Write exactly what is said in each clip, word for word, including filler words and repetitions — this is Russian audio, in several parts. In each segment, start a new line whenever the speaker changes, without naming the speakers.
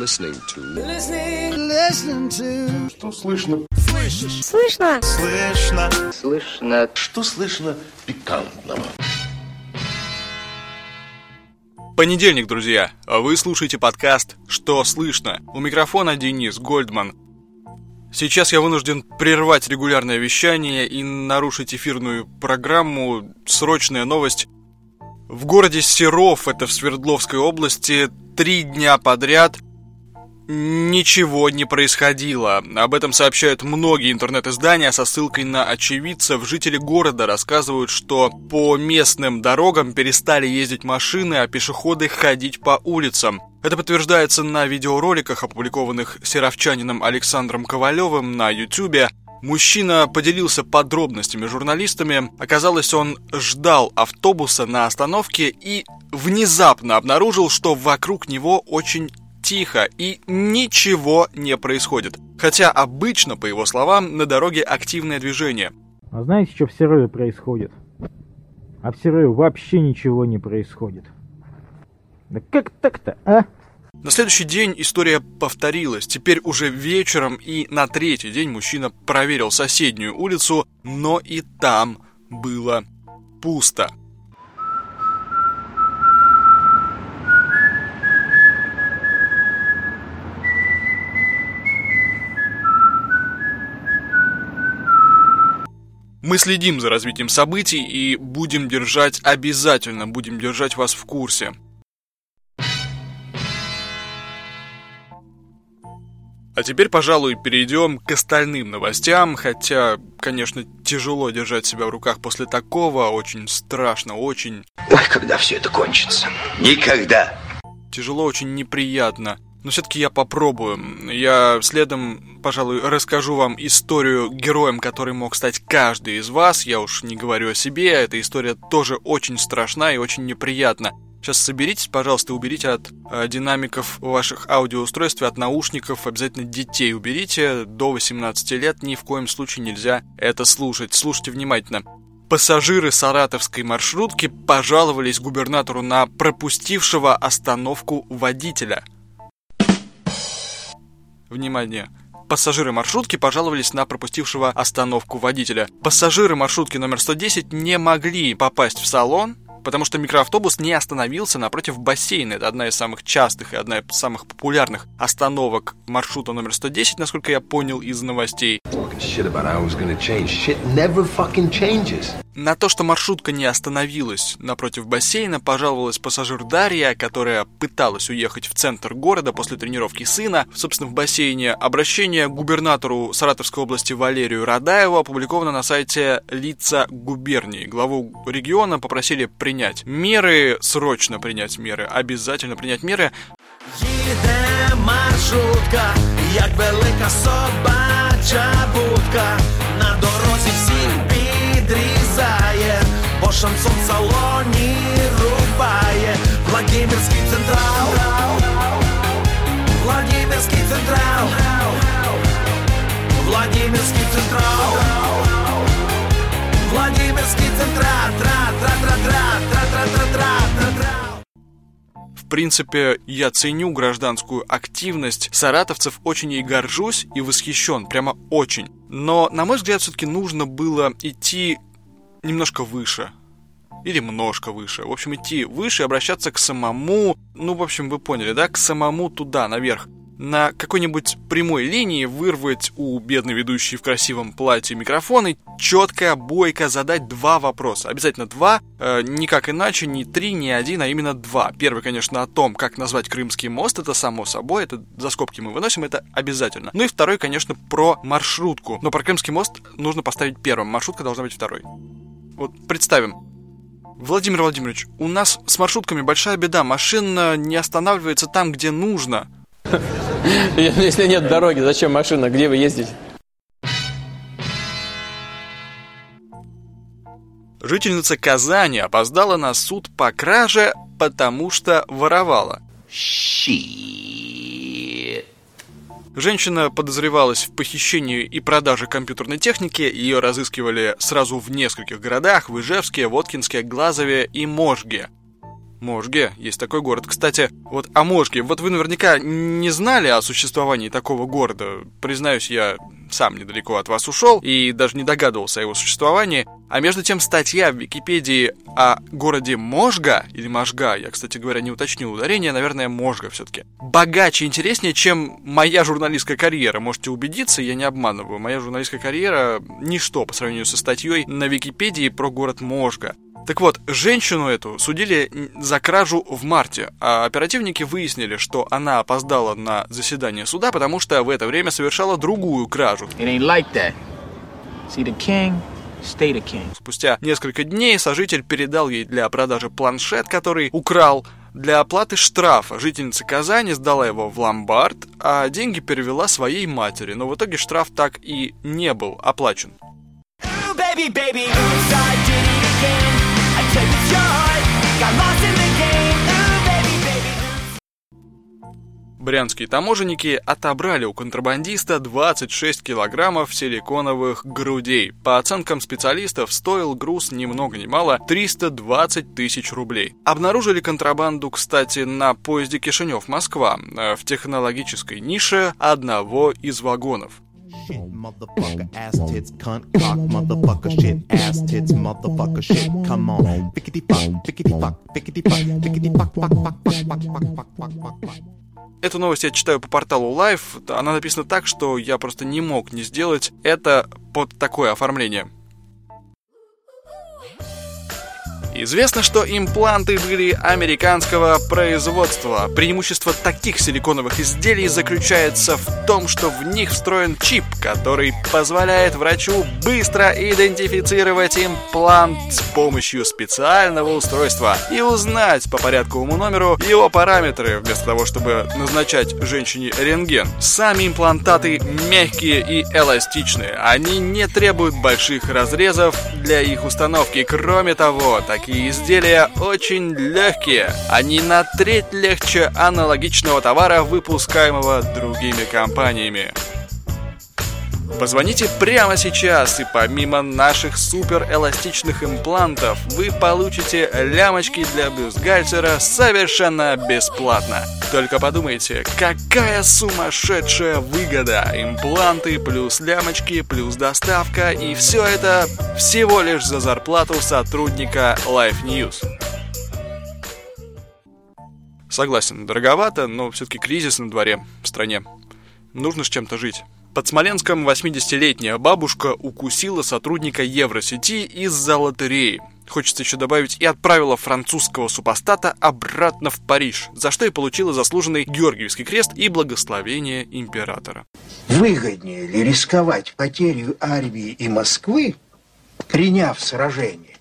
Listening to. Listening, listening to.
Что слышно?
Слышишь? Слышно?
Слышно.
Слышно.
Что слышно пикантного?
Понедельник, друзья. Вы слушаете подкаст «Что слышно?». У микрофона Денис Гольдман. Сейчас я вынужден прервать регулярное вещание и нарушить эфирную программу. Срочная новость. В городе Серов, это в Свердловской области, три дня подряд ничего не происходило. Об этом сообщают многие интернет-издания со ссылкой на очевидцев. Жители города рассказывают, что по местным дорогам перестали ездить машины, а пешеходы ходить по улицам. Это подтверждается на видеороликах, опубликованных серовчанином Александром Ковалевым на Ютубе. Мужчина поделился подробностями с журналистами. Оказалось, он ждал автобуса на остановке и внезапно обнаружил, что вокруг него очень тихо и ничего не происходит. Хотя обычно, по его словам, на дороге активное движение.
А знаете, что в Серове происходит? А в Серове вообще ничего не происходит. Да как так-то, а?
На следующий день история повторилась. Теперь уже вечером, и на третий день мужчина проверил соседнюю улицу, но и там было пусто. Мы следим за развитием событий и будем держать, обязательно будем держать вас в курсе. А теперь, пожалуй, перейдем к остальным новостям, хотя, конечно, тяжело держать себя в руках после такого, очень страшно, очень...
Ой, когда все это кончится? Никогда!
Тяжело, очень неприятно. Но все-таки я попробую. Я следом, пожалуй, расскажу вам историю, героем которой мог стать каждый из вас. Я уж не говорю о себе, эта история тоже очень страшна и очень неприятна. Сейчас соберитесь, пожалуйста, уберите от э, динамиков ваших аудиоустройств, от наушников, обязательно детей уберите. До восемнадцати лет ни в коем случае нельзя это слушать. Слушайте внимательно. Пассажиры саратовской маршрутки пожаловались губернатору на пропустившего остановку водителя. Внимание. Пассажиры маршрутки пожаловались на пропустившего остановку водителя. Пассажиры маршрутки номер сто десять не могли попасть в салон, потому что микроавтобус не остановился напротив бассейна. Это одна из самых частых и одна из самых популярных остановок маршрута номер сто десять, насколько я понял из новостей. На то, что маршрутка не остановилась напротив бассейна, пожаловалась пассажир Дарья, которая пыталась уехать в центр города после тренировки сына, собственно, в бассейне. Обращение к губернатору Саратовской области Валерию Радаеву опубликовано на сайте «Лица губернии». Главу региона попросили принять меры, срочно принять меры, обязательно принять меры.
Їде маршрутка, як велика собача будка, на дорозі всіх підрізає, бо шансон в салоні рубає. Владимирський централ, Владимирський централ, Владимирський централ, Владимирський централ, тра-тра-тра-тра-тра-тра-тра-тра-тра.
В принципе, я ценю гражданскую активность саратовцев, очень ей горжусь и восхищен, прямо очень. Но, на мой взгляд, все-таки нужно было идти немножко выше. Или немножко выше. В общем, идти выше и обращаться к самому, ну, в общем, вы поняли, да, к самому туда, наверх. На какой-нибудь прямой линии вырвать у бедной ведущей в красивом платье микрофон и четко, бойко задать два вопроса. Обязательно два, э, никак иначе, не три, не один, а именно два. Первый, конечно, о том, как назвать Крымский мост, это само собой, это за скобки мы выносим, это обязательно. Ну и второй, конечно, про маршрутку. Но про Крымский мост нужно поставить первым, маршрутка должна быть второй. Вот представим. Владимир Владимирович, у нас с маршрутками большая беда, машина не останавливается там, где нужно.
Если нет дороги, зачем машина? Где вы ездите?
Жительница Казани опоздала на суд по краже, потому что воровала.
Shit.
Женщина подозревалась в похищении и продаже компьютерной техники. Ее разыскивали сразу в нескольких городах: в Ижевске, Воткинске, Глазове и Можге. Можге, есть такой город. Кстати, вот о Можге. Вот вы наверняка не знали о существовании такого города. Признаюсь, я сам недалеко от вас ушел и даже не догадывался о его существовании. А между тем, статья в Википедии о городе Можга, или Можга, я, кстати говоря, не уточнил ударение, наверное, Можга все-таки, богаче и интереснее, чем моя журналистская карьера. Можете убедиться, я не обманываю. Моя журналистская карьера — ничто по сравнению со статьей на Википедии про город Можга. Так вот, женщину эту судили за кражу в марте, а оперативники выяснили, что она опоздала на заседание суда, потому что в это время совершала другую кражу. Спустя несколько дней сожитель передал ей для продажи планшет, который украл. Для оплаты штрафа жительница Казани сдала его в ломбард, а деньги перевела своей матери, но в итоге штраф так и не был оплачен. Брянские таможенники отобрали у контрабандиста двадцать шесть килограммов силиконовых грудей. По оценкам специалистов, стоил груз ни много ни мало триста двадцать тысяч рублей. Обнаружили контрабанду, кстати, на поезде Кишинев-Москва, в технологической нише одного из вагонов.
Shit, motherfucker, ass tits, cunt, cock, motherfucker, shit, ass tits, motherfucker, shit, come on, pickety fuck, pickety fuck, pickety fuck, pickety fuck, fuck, fuck, fuck, fuck, fuck, fuck, fuck, fuck.
Эту новость я читаю по порталу Life. Она написана так, что я просто не мог не сделать это под такое оформление. Известно, что импланты были американского производства. Преимущество таких силиконовых изделий заключается в том, что в них встроен чип, который позволяет врачу быстро идентифицировать имплант с помощью специального устройства и узнать по порядковому номеру его параметры, вместо того, чтобы назначать женщине рентген. Сами имплантаты мягкие и эластичные. Они не требуют больших разрезов для их установки. Кроме того, такие Такие изделия очень легкие. Они на треть легче аналогичного товара, выпускаемого другими компаниями. Позвоните прямо сейчас, и помимо наших суперэластичных имплантов, вы получите лямочки для бюстгальтера совершенно бесплатно. Только подумайте, какая сумасшедшая выгода! Импланты плюс лямочки плюс доставка, и все это всего лишь за зарплату сотрудника Life News. Согласен, дороговато, но все-таки кризис на дворе в стране. Нужно с чем-то жить. Под Смоленском восьмидесятилетняя бабушка укусила сотрудника Евросети из-за лотереи. Хочется еще добавить, и отправила французского супостата обратно в Париж, за что и получила заслуженный Георгиевский крест и благословение императора.
Выгоднее ли рисковать потерей армии и Москвы, приняв сражение,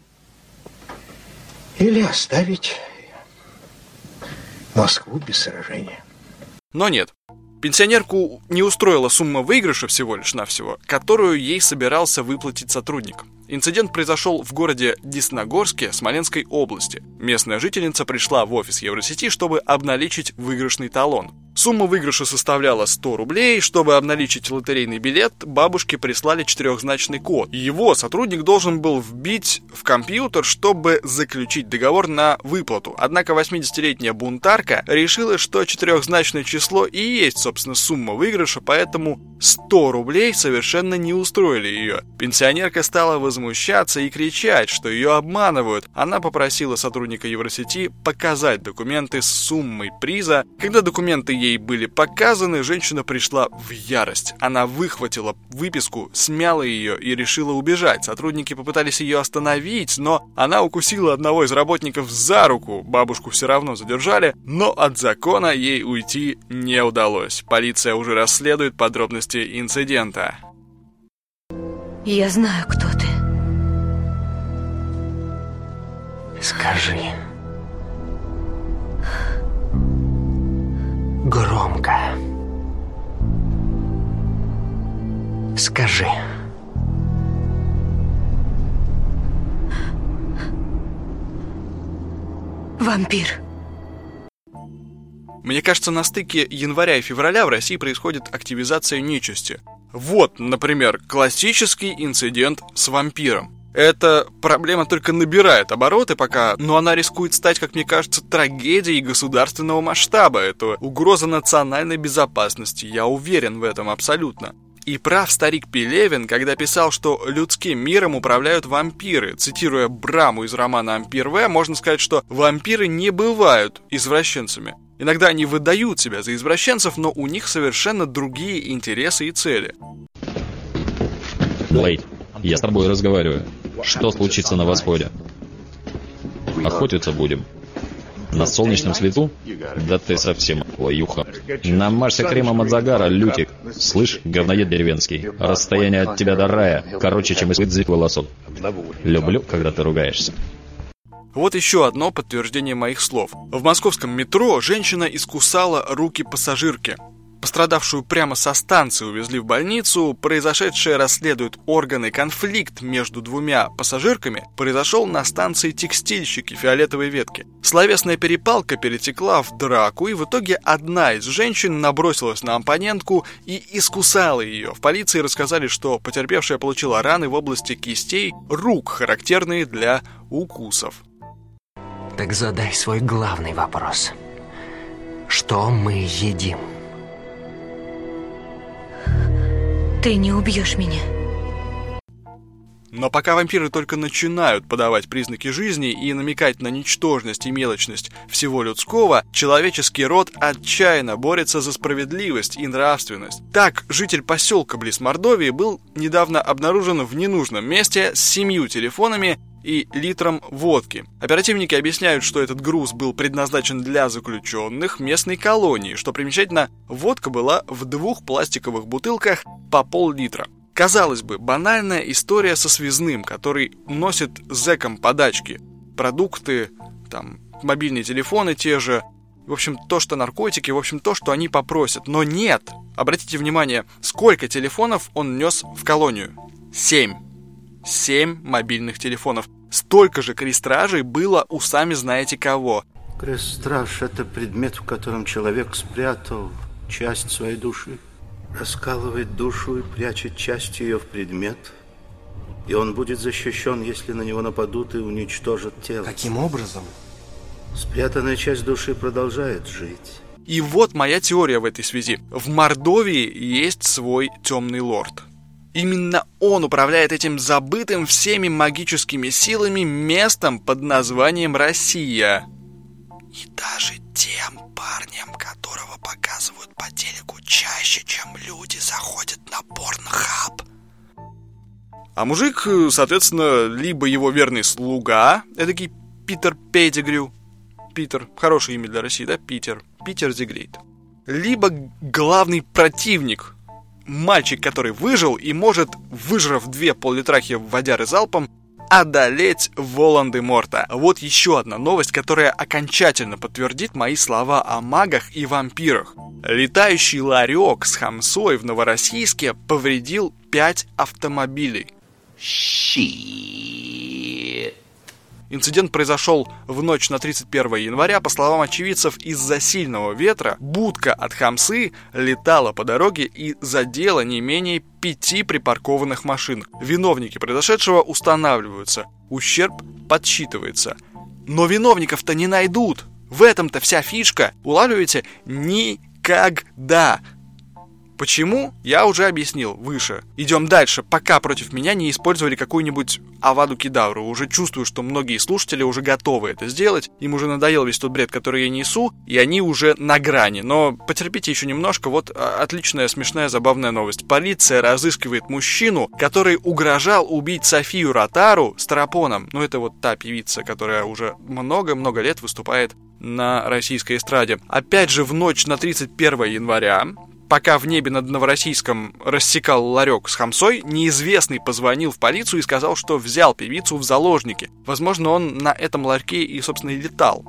или оставить Москву без сражения?
Но нет. Пенсионерку не устроила сумма выигрыша всего лишь навсего, которую ей собирался выплатить сотрудник. Инцидент произошел в городе Десногорске Смоленской области. Местная жительница пришла в офис Евросети, чтобы обналичить выигрышный талон. Сумма выигрыша составляла сто рублей. Чтобы обналичить лотерейный билет, бабушке прислали четырехзначный код. Его сотрудник должен был вбить в компьютер, чтобы заключить договор на выплату. Однако восьмидесятилетняя бунтарка решила, что четырехзначное число и есть, собственно, сумма выигрыша, поэтому сто рублей совершенно не устроили ее. Пенсионерка стала возмущаться и кричать, что ее обманывают. Она попросила сотрудника Евросети показать документы с суммой приза. Когда документы ей были показаны, женщина пришла в ярость. Она выхватила выписку, смяла ее и решила убежать. Сотрудники попытались ее остановить, но она укусила одного из работников за руку. Бабушку все равно задержали, но от закона ей уйти не удалось. Полиция уже расследует подробности инцидента.
Я знаю, кто ты.
Скажи. Громко. Скажи.
Вампир.
Мне кажется, на стыке января и февраля в России происходит активизация нечисти. Вот, например, классический инцидент с вампиром. Эта проблема только набирает обороты пока, но она рискует стать, как мне кажется, трагедией государственного масштаба. Это угроза национальной безопасности, я уверен в этом абсолютно. И прав старик Пелевин, когда писал, что людским миром управляют вампиры. Цитируя Браму из романа «Ампир В», можно сказать, что вампиры не бывают извращенцами. Иногда они выдают себя за извращенцев, но у них совершенно другие интересы и цели.
Блейд, я с тобой разговариваю. Что случится на восходе? Охотиться будем. На солнечном свету? Да ты совсем лаюха. Намажься кремом от загара, Лютик. Слышь, говноед деревенский, расстояние от тебя до рая короче, чем из волосов. Люблю, когда ты ругаешься.
Вот еще одно подтверждение моих слов. В московском метро женщина искусала руки пассажирки. Пострадавшую прямо со станции увезли в больницу. Произошедшее расследуют органы. Конфликт между двумя пассажирками произошел на станции «Текстильщики» Фиолетовой ветки. Словесная перепалка перетекла в драку, и в итоге одна из женщин набросилась на оппонентку и искусала ее. В полиции рассказали, что потерпевшая получила раны в области кистей рук, характерные для укусов.
Так задай свой главный вопрос. Что мы едим?
Ты не убьешь меня.
Но пока вампиры только начинают подавать признаки жизни и намекать на ничтожность и мелочность всего людского, человеческий род отчаянно борется за справедливость и нравственность. Так, житель поселка близ Мордовии был недавно обнаружен в ненужном месте с семью телефонами и литром водки. Оперативники объясняют, что этот груз был предназначен для заключенных местной колонии. Что примечательно, водка была в двух пластиковых бутылках по пол-литра. Казалось бы, банальная история со связным, который носит зэкам подачки. Продукты, там, мобильные телефоны те же. В общем, то, что наркотики, в общем, то, что они попросят. Но нет! Обратите внимание, сколько телефонов он нес в колонию? Семь. Семь мобильных телефонов. Столько же крестражей было у сами знаете кого.
Крестраж – это предмет, в котором человек спрятал часть своей души. Раскалывает душу и прячет часть ее в предмет. И он будет защищен, если на него нападут и уничтожат тело.
Каким образом?
Спрятанная часть души продолжает жить.
И вот моя теория в этой связи. В Мордовии есть свой темный лорд. Именно он управляет этим забытым всеми магическими силами местом под названием Россия. И даже тем парням, которого показывают по телеку чаще, чем люди заходят на Порнхаб. А мужик, соответственно, либо его верный слуга, эдакий Питер Петтигрю. Питер, хорошее имя для России, да? Питер. Питер зе Грейт. Либо главный противник. Мальчик, который выжил и может, выжрав две пол-литрахи водяры залпом, одолеть Волан-де-Морта. Вот еще одна новость, которая окончательно подтвердит мои слова о магах и вампирах. Летающий ларек с хамсой в Новороссийске повредил пять автомобилей.
Щит.
Инцидент произошел в ночь на тридцать первое января. По словам очевидцев, из-за сильного ветра будка от хамсы летала по дороге и задела не менее пяти припаркованных машин. Виновники произошедшего устанавливаются. Ущерб подсчитывается. Но виновников-то не найдут. В этом-то вся фишка. Улавливаете? Никогда. Почему? Я уже объяснил выше. Идем дальше, пока против меня не использовали какую-нибудь Аваду Кедавру. Уже чувствую, что многие слушатели уже готовы это сделать. Им уже надоел весь тот бред, который я несу, и они уже на грани. Но потерпите еще немножко. Вот отличная, смешная, забавная новость. Полиция разыскивает мужчину, который угрожал убить Софию Ротару старопоном. Ну, это вот та певица, которая уже много-много лет выступает на российской эстраде. Опять же, в ночь на тридцать первое января, пока в небе над Новороссийском рассекал ларек с хамсой, неизвестный позвонил в полицию и сказал, что взял певицу в заложники. Возможно, он на этом ларьке и, собственно, и летал.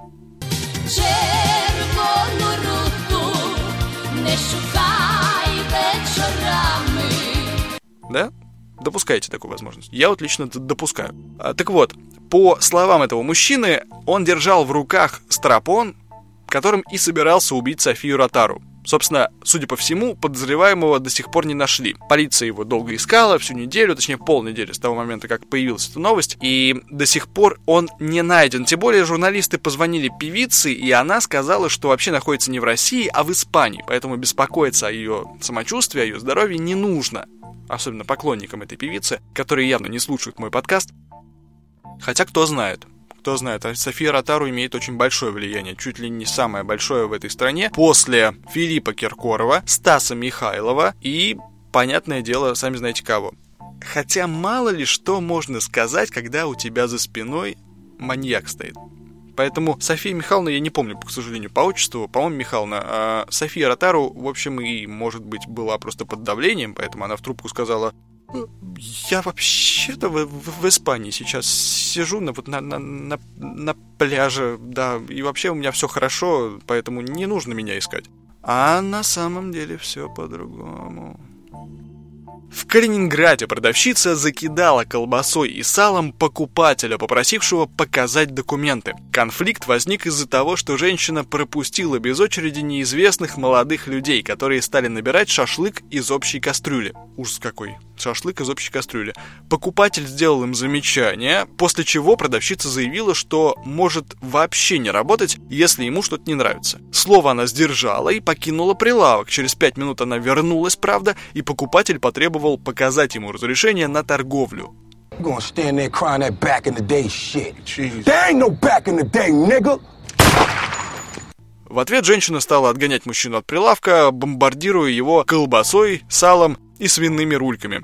Да? Допускаете такую возможность? Я вот лично допускаю. А, так вот, по словам этого мужчины, он держал в руках стропон, которым и собирался убить Софию Ротару. Собственно, судя по всему, подозреваемого до сих пор не нашли. Полиция его долго искала, всю неделю, точнее полнедели с того момента, как появилась эта новость, и до сих пор он не найден. Тем более журналисты позвонили певице, и она сказала, что вообще находится не в России, а в Испании, поэтому беспокоиться о ее самочувствии, о ее здоровье не нужно. Особенно поклонникам этой певицы, которые явно не слушают мой подкаст. Хотя кто знает. Кто знает, София Ротару имеет очень большое влияние, чуть ли не самое большое в этой стране, после Филиппа Киркорова, Стаса Михайлова и, понятное дело, сами знаете кого. Хотя мало ли что можно сказать, когда у тебя за спиной маньяк стоит. Поэтому София Михайловна, я не помню, к сожалению, по отчеству, по-моему, Михайловна, а София Ротару, в общем, и, может быть, была просто под давлением, поэтому она в трубку сказала: я вообще-то в, в, в Испании сейчас сижу на, вот на, на, на, на пляже, да, и вообще у меня все хорошо, поэтому не нужно меня искать. А на самом деле все по-другому. В Калининграде продавщица закидала колбасой и салом покупателя, попросившего показать документы. Конфликт возник из-за того, что женщина пропустила без очереди неизвестных молодых людей, которые стали набирать шашлык из общей кастрюли. Ужас какой. Шашлык из общей кастрюли. Покупатель сделал им замечание, после чего продавщица заявила, что может вообще не работать, если ему что-то не нравится. Слово она сдержала и покинула прилавок. Через пять минут она вернулась, правда, и покупатель потребовал показать ему разрешение на торговлю. В ответ женщина стала отгонять мужчину от прилавка, бомбардируя его колбасой, салом и свиными рульками.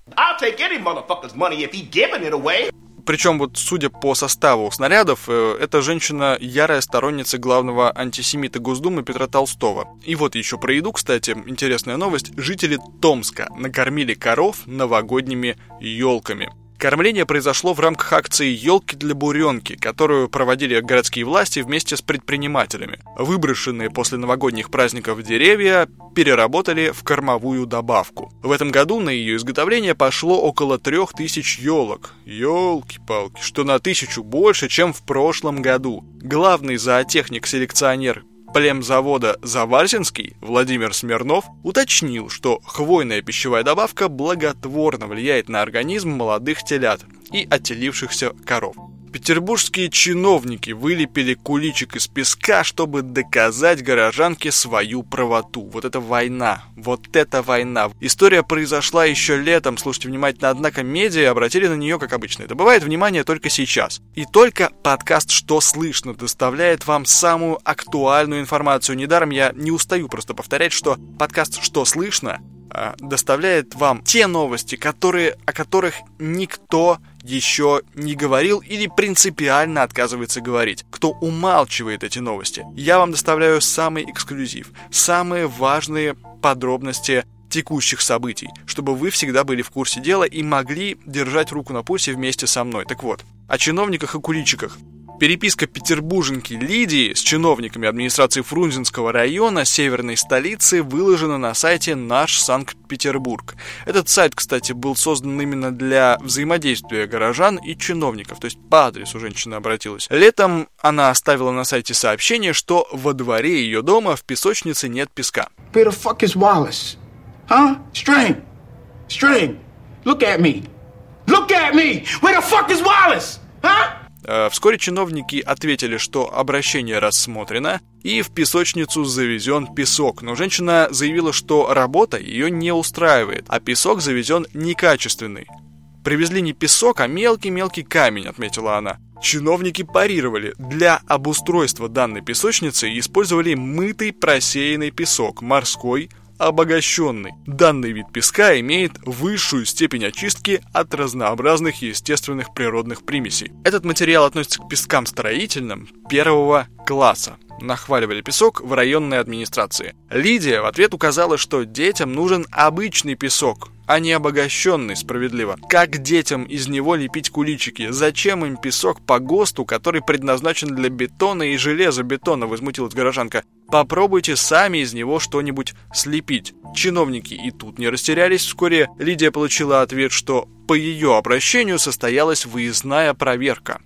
Причем, вот, судя по составу снарядов, эта женщина ярая сторонница главного антисемита Госдумы Петра Толстого. И вот еще про еду, кстати, интересная новость. Жители Томска накормили коров новогодними елками. Кормление произошло в рамках акции «Елки для буренки», которую проводили городские власти вместе с предпринимателями. Выброшенные после новогодних праздников деревья переработали в кормовую добавку. В этом году на ее изготовление пошло около трех тысяч елок. Елки-палки, что на тысячу больше, чем в прошлом году. Главный зоотехник-селекционер племзавода Заварзинский Владимир Смирнов уточнил, что хвойная пищевая добавка благотворно влияет на организм молодых телят и отелившихся коров. Петербургские чиновники вылепили куличик из песка, чтобы доказать горожанке свою правоту. Вот это война, вот это война. История произошла еще летом, слушайте внимательно, однако медиа обратили на нее, как обычно. Это бывает, внимание только сейчас. И только подкаст «Что слышно» доставляет вам самую актуальную информацию. Недаром я не устаю просто повторять, что подкаст «Что слышно» доставляет вам те новости, которые, о которых никто еще не говорил или принципиально отказывается говорить. Кто умалчивает эти новости. Я вам доставляю самый эксклюзив, самые важные подробности текущих событий, чтобы вы всегда были в курсе дела и могли держать руку на пульсе вместе со мной. Так вот, о чиновниках и куличиках. Переписка петербурженки Лидии с чиновниками администрации Фрунзенского района северной столицы выложена на сайте «Наш Санкт-Петербург». Этот сайт, кстати, был создан именно для взаимодействия горожан и чиновников, то есть по адресу женщина обратилась. Летом она оставила на сайте сообщение, что во дворе ее дома в песочнице нет песка.
Where the fuck is Wallace? Huh? String. String. Look at me. Look at me. Where the fuck is Wallace? Huh?
Вскоре чиновники ответили, что обращение рассмотрено и в песочницу завезен песок. Но женщина заявила, что работа ее не устраивает, а песок завезен некачественный. Привезли не песок, а мелкий-мелкий камень, отметила она. Чиновники парировали. Для обустройства данной песочницы использовали мытый просеянный песок, морской, обогащенный. Данный вид песка имеет высшую степень очистки от разнообразных естественных природных примесей. Этот материал относится к пескам строительным первого класса. Нахваливали песок в районной администрации. Лидия в ответ указала, что детям нужен обычный песок, а не обогащенный, справедливо. Как детям из него лепить куличики? Зачем им песок по ГОСТу, который предназначен для бетона и железобетона, возмутилась горожанка. Попробуйте сами из него что-нибудь слепить. Чиновники и тут не растерялись. Вскоре Лидия получила ответ, что по ее обращению состоялась выездная проверка.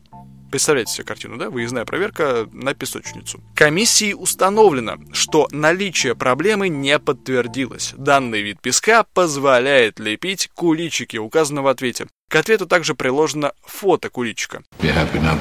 Представляете себе картину, да? Выездная проверка на песочницу. Комиссией установлено, что наличие проблемы не подтвердилось. Данный вид песка позволяет лепить куличики, указано в ответе. К ответу также приложено фото куличика. Я,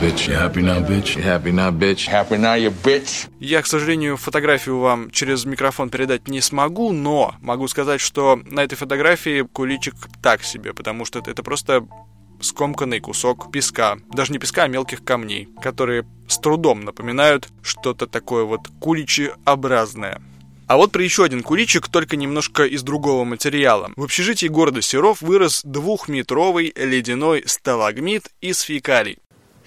к сожалению, фотографию вам через микрофон передать не смогу, но могу сказать, что на этой фотографии куличик так себе, потому что это просто скомканный кусок песка. Даже не песка, а мелких камней, которые с трудом напоминают что-то такое вот куличеобразное. А вот при еще один куличик, только немножко из другого материала. В общежитии города Серов вырос двухметровый ледяной сталагмит из фекалий.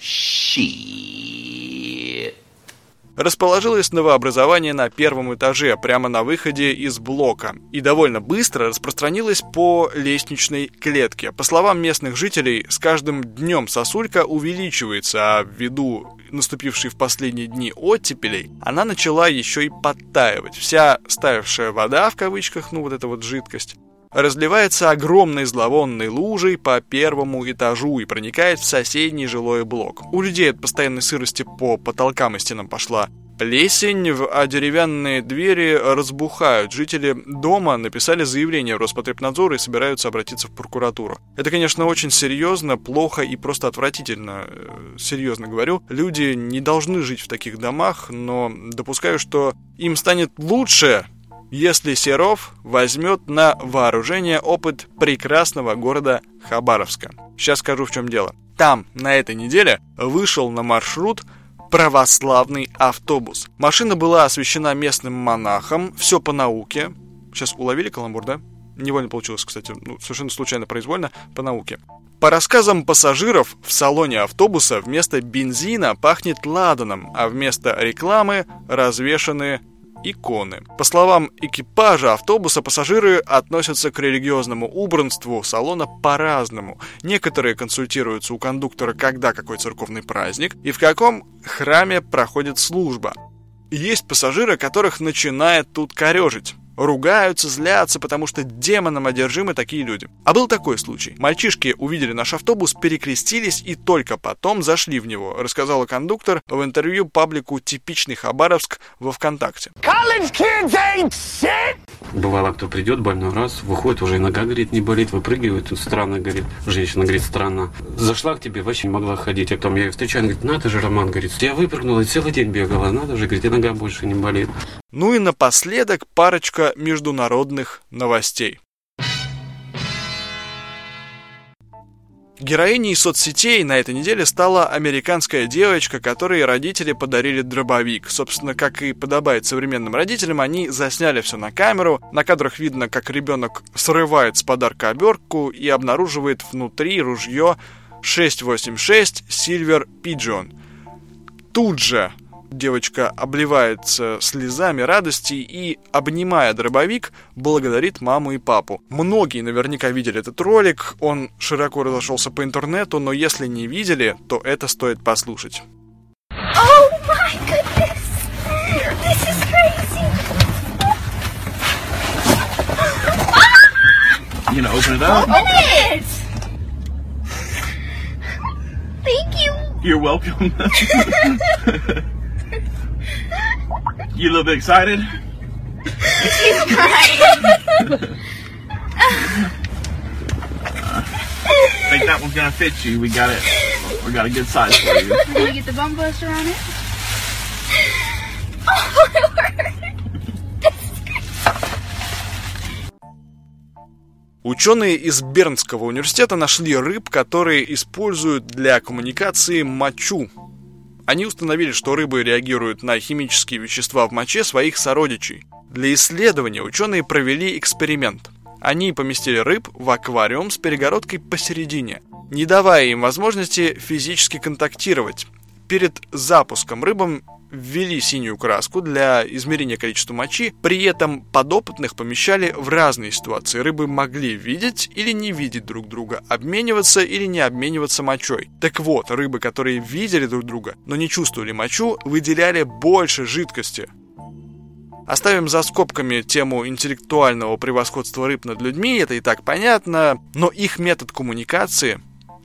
Shit.
Расположилось новообразование на первом этаже, прямо на выходе из блока, и довольно быстро распространилось по лестничной клетке. По словам местных жителей, с каждым днем сосулька увеличивается, а ввиду наступившей в последние дни оттепелей, она начала еще и подтаивать. Вся стаявшая вода, в кавычках, ну вот эта вот жидкость, разливается огромной зловонной лужей по первому этажу и проникает в соседний жилой блок. У людей от постоянной сырости по потолкам и стенам пошла плесень, а деревянные двери разбухают. Жители дома написали заявление в Роспотребнадзор и собираются обратиться в прокуратуру. Это, конечно, очень серьезно, плохо и просто отвратительно. Серьезно говорю, люди не должны жить в таких домах, но допускаю, что им станет лучше, если Серов возьмет на вооружение опыт прекрасного города Хабаровска. Сейчас скажу, в чем дело. Там на этой неделе вышел на маршрут православный автобус. Машина была освящена местным монахом, все по науке. Сейчас уловили каламбур, да? Невольно получилось, кстати, ну, совершенно случайно, произвольно, по науке. По рассказам пассажиров, в салоне автобуса вместо бензина пахнет ладаном, а вместо рекламы развешаны иконы. По словам экипажа автобуса, пассажиры относятся к религиозному убранству салона по-разному. Некоторые консультируются у кондуктора, когда какой церковный праздник и в каком храме проходит служба. Есть пассажиры, которых начинает тут корежить. Ругаются, злятся, потому что демоном одержимы такие люди. А был такой случай. Мальчишки увидели наш автобус, перекрестились и только потом зашли в него, рассказала кондуктор в интервью паблику «Типичный Хабаровск» во ВКонтакте.
Бывало, кто придет больной раз, выходит, уже и нога, говорит, не болит, выпрыгивает, тут странно, говорит, женщина, говорит, странно. Зашла к тебе, вообще не могла ходить, а потом я ее встречаю, она говорит, надо же, Роман, говорит, я выпрыгнула, целый день бегала, надо же, говорит, и нога больше не болит.
Ну и напоследок парочка международных новостей. Героиней соцсетей на этой неделе стала американская девочка, которой родители подарили дробовик. Собственно, как и подобает современным родителям, они засняли все на камеру. На кадрах видно, как ребенок срывает с подарка обертку и обнаруживает внутри ружье шесть восемь шесть Silver Pigeon. Тут же девочка обливается слезами радости и, обнимая дробовик, благодарит маму и папу. Многие наверняка видели этот ролик, он широко разошелся по интернету, но если не видели, то это стоит послушать.
Oh my goodness! This is crazy!
You gonna open it up?
Open it! Thank you!
You're welcome. You a little bit excited?
She's crying.
I think that one's gonna fit you. We got it. We got a good size for you.
Can you get the bum buster on it? Oh my word!
Ученые из Бернского университета нашли рыб, которые используют для коммуникации мочу. Они установили, что рыбы реагируют на химические вещества в моче своих сородичей. Для исследования ученые провели эксперимент. Они поместили рыб в аквариум с перегородкой посередине, не давая им возможности физически контактировать. Перед запуском рыбам ввели синюю краску для измерения количества мочи, при этом подопытных помещали в разные ситуации. Рыбы могли видеть или не видеть друг друга, обмениваться или не обмениваться мочой. Так вот, рыбы, которые видели друг друга, но не чувствовали мочу, выделяли больше жидкости. Оставим за скобками тему интеллектуального превосходства рыб над людьми, это и так понятно, но их метод коммуникации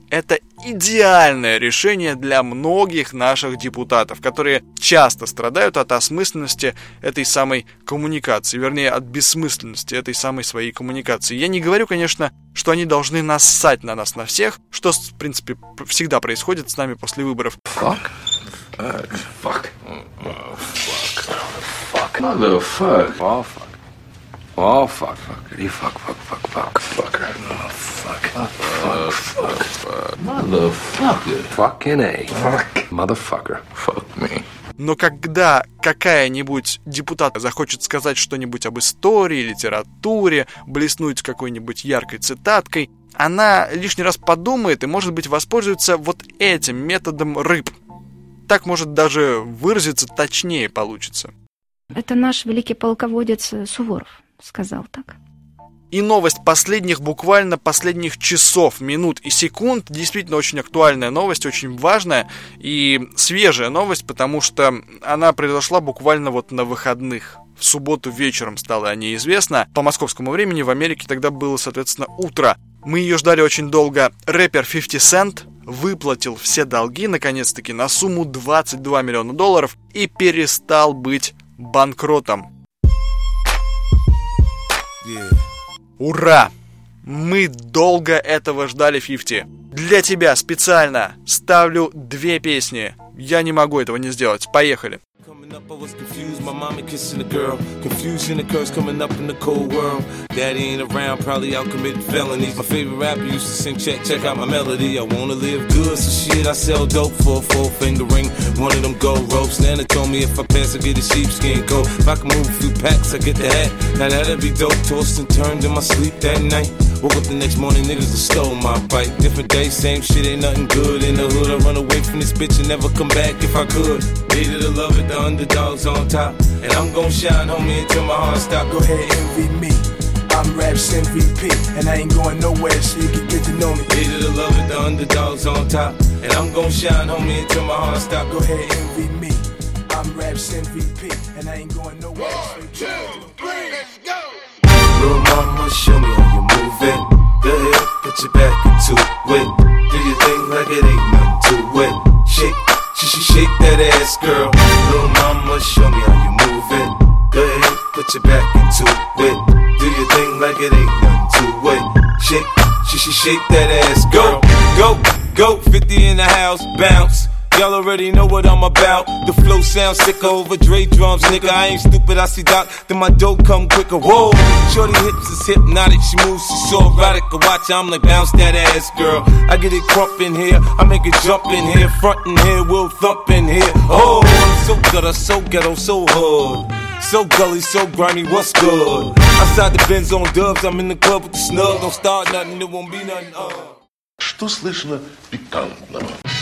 Это идеальное решение для многих наших депутатов, которые часто страдают от осмысленности этой самой коммуникации, вернее, от бессмысленности этой самой своей коммуникации. Я не говорю, конечно, что они должны нассать на нас, на всех, что, в принципе, всегда происходит с нами после выборов.
Fuck. Fuck. Fuck. Fuck. Fuck. Motherfuck. All fuck. All fuck. Fuckity fuck. Fuck. Fuck. Fuck. Fucker. Fuck. Fuck. Fuck. Fuck. Motherfucker. Fucking A. Fuck. Motherfucker. Fuck me.
Но когда какая-нибудь депутат захочет сказать что-нибудь об истории, литературе, блеснуть какой-нибудь яркой цитаткой, она лишний раз подумает и, может быть, воспользуется вот этим методом рыб. Так, может, даже выразиться точнее получится.
Это наш великий полководец Суворов сказал так.
И новость последних, буквально последних часов, минут и секунд, действительно очень актуальная новость, очень важная и свежая новость, потому что она произошла буквально вот на выходных. В субботу вечером стало о ней известно. По московскому времени в Америке тогда было, соответственно, утро. Мы ее ждали очень долго. Рэпер фифти Cent выплатил все долги, наконец-таки, на сумму двадцать два миллиона долларов и перестал быть банкротом.
Yeah.
Ура! Мы долго этого ждали, фифти. Для тебя специально ставлю две песни. Я не могу этого не сделать. Поехали.
Up, I was confused, my mommy kissing a girl. Confusion occurs coming up in the cold world. Daddy ain't around, probably out committing felonies. My favorite rapper used to sing, check, check out my melody. I wanna live good, so shit, I sell dope for a four finger ring. One of them gold ropes. Nana told me if I pass, I get a sheepskin coat. If I can move a few packs, I get the hat. Now that'd be dope. Tossed and turned in my sleep that night. Woke up the next morning, niggas have stole my bike. Different day, same shit, ain't nothing good. In the hood, I run away from this bitch and never come back if I could. Needed to love it, the underdogs on top. And I'm gon' shine, homie, until my heart stop.
Go ahead, envy me. I'm Raps M V P, and I ain't going nowhere, so you can get to know me.
Needed to love it, the underdogs on top. And I'm gon' shine, homie, until my heart stop.
Go ahead, envy me. I'm Raps M V P, and I ain't going nowhere, so you can get to know me.
Let's go! Little mama, show me how you move it. Go ahead, put your back into it. Do your thing like it ain't nothing to it. Shake, she she shake that ass, girl. Little mama, show me how you move it. Go ahead, put your back into it. Do your thing like it ain't nothing to it. Shake, she she shake that ass, girl. Go, go, go, fifty in the house, bounce. Y'all already know what I'm about. The flow sounds sicker over Dre drums, nigga. I ain't stupid, I see Doc, then my dough come quicker. Whoa, shorty hips is hypnotic, she moves, she's so erotic. I watch, I'm like, bounce that ass, girl. I get it crump in here, I make it jump in here, front in here, we'll thump in here. Oh, I'm so gutter, so ghetto, so hood. So gully, so grimy, what's good? Outside the Benz on dubs, I'm in the club with the snug. Don't start nothing, it won't be nothing, uh.
Что слышно пикантного?